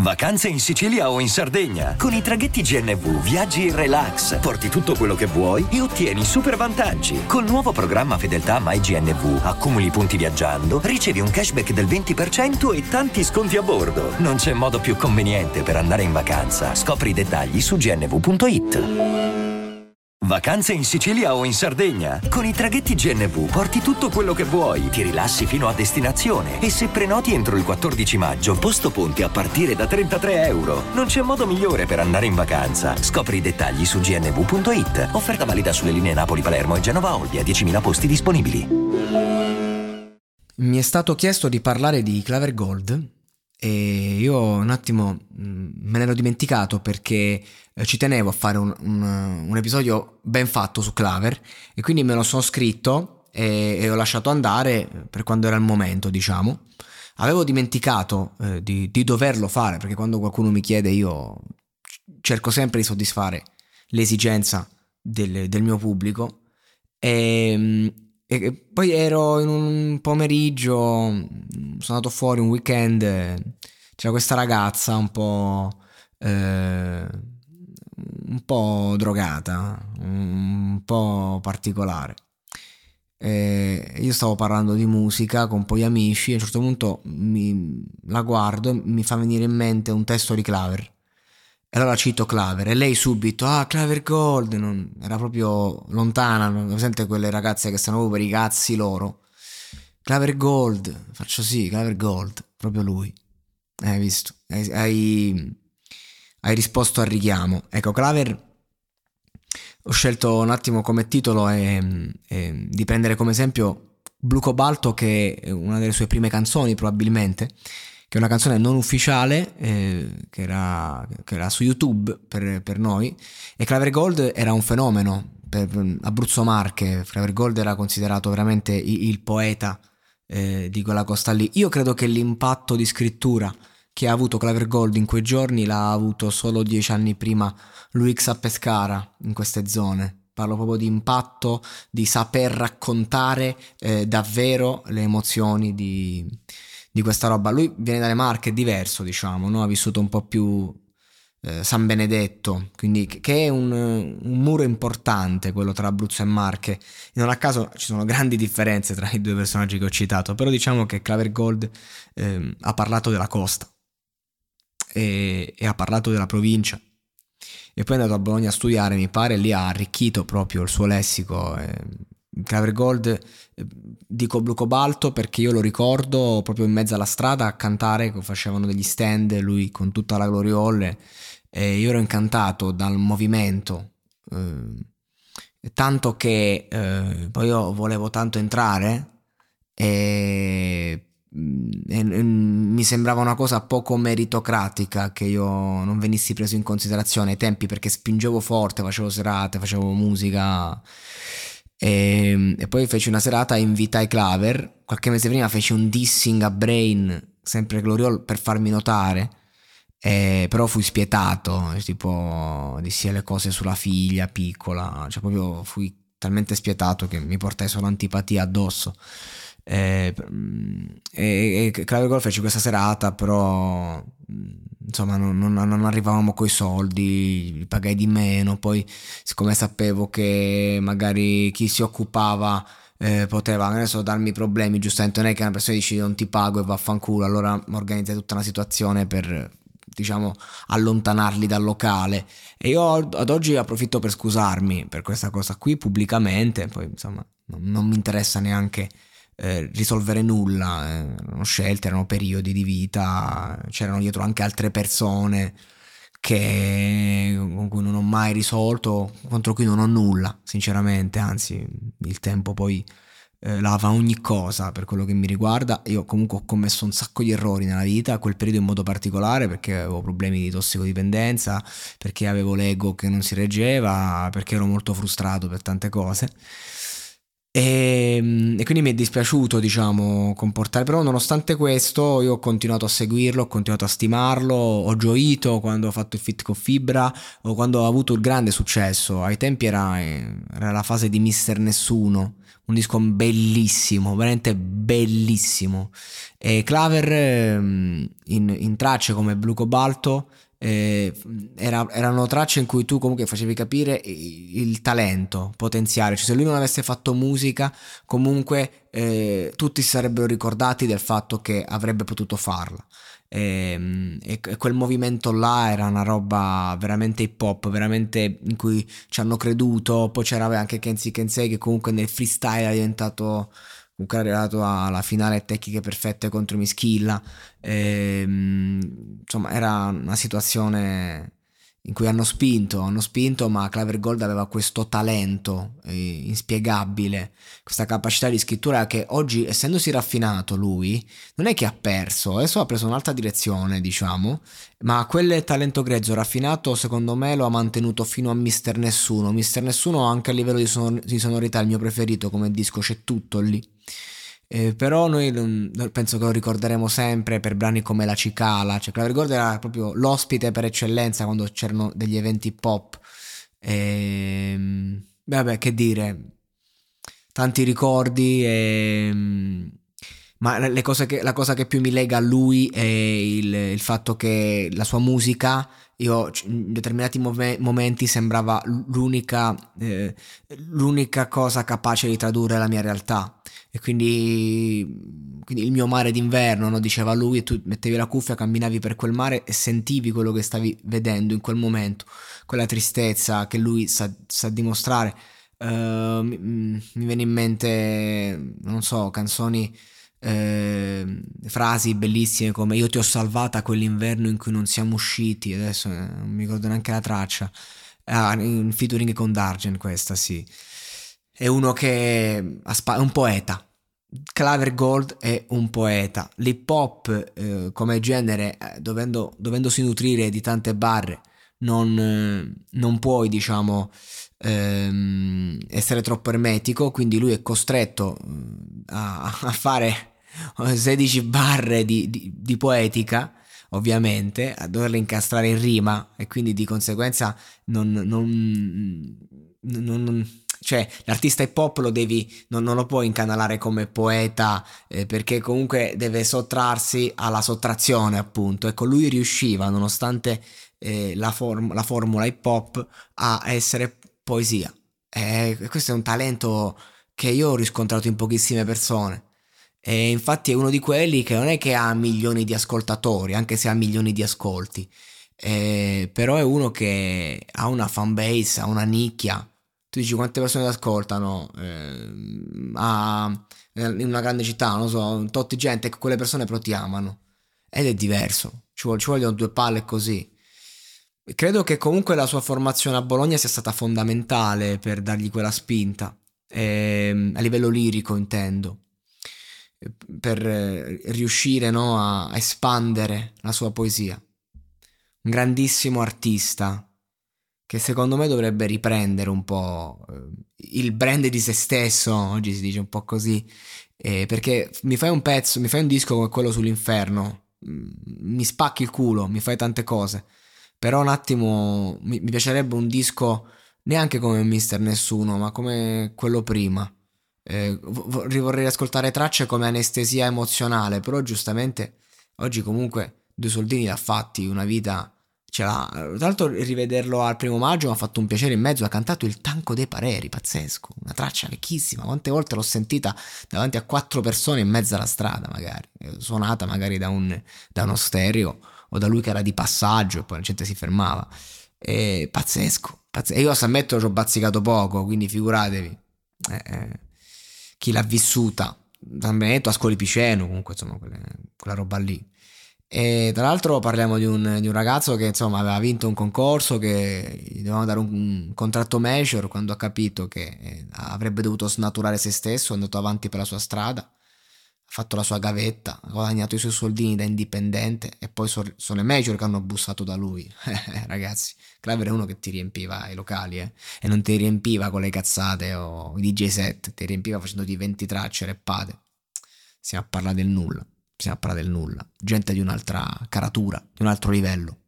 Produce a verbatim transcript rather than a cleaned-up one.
Vacanze in Sicilia o in Sardegna. Con i traghetti G N V viaggi in relax, porti tutto quello che vuoi e ottieni super vantaggi. Col nuovo programma Fedeltà MyGNV accumuli punti viaggiando, ricevi un cashback del venti per cento e tanti sconti a bordo. Non c'è modo più conveniente per andare in vacanza. Scopri i dettagli su g n v punto i t. Vacanze in Sicilia o in Sardegna. Con i traghetti G N V porti tutto quello che vuoi, ti rilassi fino a destinazione e se prenoti entro il quattordici maggio, posto ponti a partire da trentatré euro. Non c'è modo migliore per andare in vacanza. Scopri i dettagli su g n v punto i t. Offerta valida sulle linee Napoli-Palermo e Genova-Olbia, diecimila posti disponibili. Mi è stato chiesto di parlare di Claver Gold e io un attimo me l'ero dimenticato perché ci tenevo a fare un, un, un episodio ben fatto su Claver e quindi me lo sono scritto e, e ho lasciato andare per quando era il momento, diciamo. Avevo dimenticato eh, di, di doverlo fare, perché quando qualcuno mi chiede io cerco sempre di soddisfare l'esigenza del, del mio pubblico e, e poi ero in un pomeriggio, sono andato fuori un weekend, c'era questa ragazza un po' eh, un po' drogata, un po' particolare. E io stavo parlando di musica con poi amici e a un certo punto mi, la guardo e mi fa venire in mente un testo di Claver e allora cito Claver e lei subito ah Claver Gold, non, era proprio lontana, non presente quelle ragazze che stanno proprio per i cazzi loro. Claver Gold, faccio sì, Claver Gold, proprio lui. Hai visto? Hai, hai, hai risposto al richiamo. Ecco, Claver ho scelto un attimo come titolo e, e di prendere come esempio Blu Cobalto, che è una delle sue prime canzoni probabilmente, che è una canzone non ufficiale eh, che, era, che era su YouTube per, per noi, e Claver Gold era un fenomeno per, per Abruzzo Marche. Claver Gold era considerato veramente il, il poeta eh, di quella costa lì. Io credo che l'impatto di scrittura che ha avuto Claver Gold in quei giorni l'ha avuto solo dieci anni prima Luiz a Pescara in queste zone. Parlo proprio di impatto, di saper raccontare eh, davvero le emozioni di, di questa roba. Lui viene dalle Marche, è diverso, diciamo, no? Ha vissuto un po' più eh, San Benedetto, quindi che è un, un muro importante quello tra Abruzzo e Marche. Non a caso ci sono grandi differenze tra i due personaggi che ho citato, però diciamo che Claver Gold eh, ha parlato della costa e, e ha parlato della provincia. E poi è andato a Bologna a studiare, mi pare, e lì ha arricchito proprio il suo lessico. Claver Gold, eh, dico Blu Cobalto perché io lo ricordo proprio in mezzo alla strada a cantare, facevano degli stand, lui con tutta la gloriolle, e io ero incantato dal movimento, eh, tanto che eh, poi io volevo tanto entrare e... E, e, mi sembrava una cosa poco meritocratica che io non venissi preso in considerazione ai tempi, perché spingevo forte, facevo serate, facevo musica e, e poi feci una serata e invitai Claver. Qualche mese prima feci un dissing a Brain, sempre Gloriol, per farmi notare, e, però fui spietato, tipo dissi le cose sulla figlia piccola, cioè proprio fui talmente spietato che mi portai solo antipatia addosso. E, e, e Claver Gold fece questa serata, però insomma non, non, non arrivavamo coi soldi, li pagai di meno. Poi siccome sapevo che magari chi si occupava eh, poteva adesso darmi problemi, giustamente non è che una persona dice non ti pago e vaffanculo, allora organizzai tutta una situazione per, diciamo, allontanarli dal locale. E io ad oggi approfitto per scusarmi per questa cosa qui pubblicamente. Poi insomma non, non mi interessa neanche Eh, risolvere nulla, eh, erano scelte, erano periodi di vita, c'erano dietro anche altre persone che, con cui non ho mai risolto, contro cui non ho nulla sinceramente, anzi il tempo poi eh, lava ogni cosa per quello che mi riguarda. Io comunque ho commesso un sacco di errori nella vita, quel periodo in modo particolare, perché avevo problemi di tossicodipendenza, perché avevo l'ego che non si reggeva, perché ero molto frustrato per tante cose. E, e quindi mi è dispiaciuto, diciamo, comportare, però nonostante questo io ho continuato a seguirlo, ho continuato a stimarlo, ho gioito quando ho fatto il feat con Fibra o quando ho avuto il grande successo. Ai tempi era, era la fase di Mister Nessuno, un disco bellissimo, veramente bellissimo. E Claver ehm, in, in tracce come Blu Cobalto eh, era- erano tracce in cui tu comunque facevi capire il, il talento potenziale, cioè se lui non avesse fatto musica comunque eh, tutti si sarebbero ricordati del fatto che avrebbe potuto farla. E, e quel movimento là era una roba veramente hip hop, veramente in cui ci hanno creduto. Poi c'era anche Kenzie Kensei che comunque nel freestyle è diventato, comunque è arrivato alla finale tecniche perfette contro Mischilla. Ehm, insomma era una situazione in cui hanno spinto, hanno spinto, ma Claver Gold aveva questo talento eh, inspiegabile, questa capacità di scrittura che oggi, essendosi raffinato lui, non è che ha perso, adesso ha preso un'altra direzione, diciamo, ma quel talento grezzo raffinato secondo me lo ha mantenuto fino a Mister Nessuno. Mister Nessuno anche a livello di, sonor- di sonorità è il mio preferito come disco, c'è tutto lì. Eh, però noi lo- penso che lo ricorderemo sempre per brani come La Cicala, cioè Claver Gold era proprio l'ospite per eccellenza quando c'erano degli eventi pop. Ehm, vabbè, che dire, tanti ricordi, ehm, ma le cose che- la cosa che più mi lega a lui è il, il fatto che la sua musica, io c- in determinati move- momenti sembrava l'unica, eh, l'unica cosa capace di tradurre la mia realtà. E quindi, quindi il mio mare d'inverno, no? Diceva lui, e tu mettevi la cuffia, camminavi per quel mare e sentivi quello che stavi vedendo in quel momento, quella tristezza che lui sa, sa dimostrare. Eh, mi, mi viene in mente, non so, canzoni, eh, frasi bellissime come io ti ho salvata quell'inverno in cui non siamo usciti, adesso eh, non mi ricordo neanche la traccia. Ah, in featuring con Dargen questa, sì. È uno che ha spa- è un poeta. Claver Gold è un poeta. L'hip hop eh, come genere, eh, dovendo, dovendosi nutrire di tante barre, non, eh, non puoi, diciamo, ehm, essere troppo ermetico, quindi lui è costretto mm, a, a fare sedici barre di, di- di poetica, ovviamente, a doverle incastrare in rima e quindi di conseguenza non, non, non- non- cioè l'artista hip hop lo devi, non, non lo puoi incanalare come poeta eh, perché comunque deve sottrarsi alla sottrazione, appunto. Ecco, lui riusciva, nonostante eh, la, form- la formula hip hop, a essere poesia. E questo è un talento che io ho riscontrato in pochissime persone. E infatti è uno di quelli che non è che ha milioni di ascoltatori, anche se ha milioni di ascolti, eh, però è uno che ha una fanbase, ha una nicchia. Tu dici quante persone lo ascoltano, ehm, ha- in una grande città, non lo so, un tot di gente, che quelle persone però ti amano. Ed è diverso, ci, vuol- ci vogliono due palle così. Credo che comunque la sua formazione a Bologna sia stata fondamentale per dargli quella spinta, ehm, a livello lirico intendo, eh, per eh, riuscire, no, a, a espandere la sua poesia. Un grandissimo artista che secondo me dovrebbe riprendere un po' eh, il brand di se stesso, oggi si dice un po' così, eh, perché mi fai un pezzo, mi fai un disco come quello sull'inferno, mm, mi spacchi il culo, mi fai tante cose, però un attimo mi, mi piacerebbe un disco neanche come Mister Nessuno, ma come quello prima. Eh, vo- vorrei ascoltare tracce come anestesia emozionale, però giustamente oggi comunque due soldini l'ha fatti, una vita ce l'ha. Tra l'altro rivederlo al primo maggio mi ha fatto un piacere in mezzo, ha cantato Il Tanco dei Pareri, pazzesco, una traccia vecchissima, quante volte l'ho sentita davanti a quattro persone in mezzo alla strada magari, suonata magari da, un, da uno stereo o da lui che era di passaggio e poi la gente si fermava. E pazzesco, pazzesco. E io ammetto ci ho bazzicato poco, quindi figuratevi. Eh, eh, chi l'ha vissuta. San Benedetto, Ascoli Piceno, comunque insomma quelle- quella roba lì. E tra l'altro parliamo di un, di un ragazzo che insomma aveva vinto un concorso, che gli dovevano dare un, un contratto major, quando ha capito che eh, avrebbe dovuto snaturare se stesso, è andato avanti per la sua strada, ha fatto la sua gavetta, ha guadagnato i suoi soldini da indipendente e poi so- sono le major che hanno bussato da lui. Ragazzi, Claver è uno che ti riempiva i locali, eh, e non ti riempiva con le cazzate o i D J set, ti riempiva facendoti venti tracce rappate. Stiamo a parlare del nulla, stiamo a parlare del nulla, gente di un'altra caratura, di un altro livello.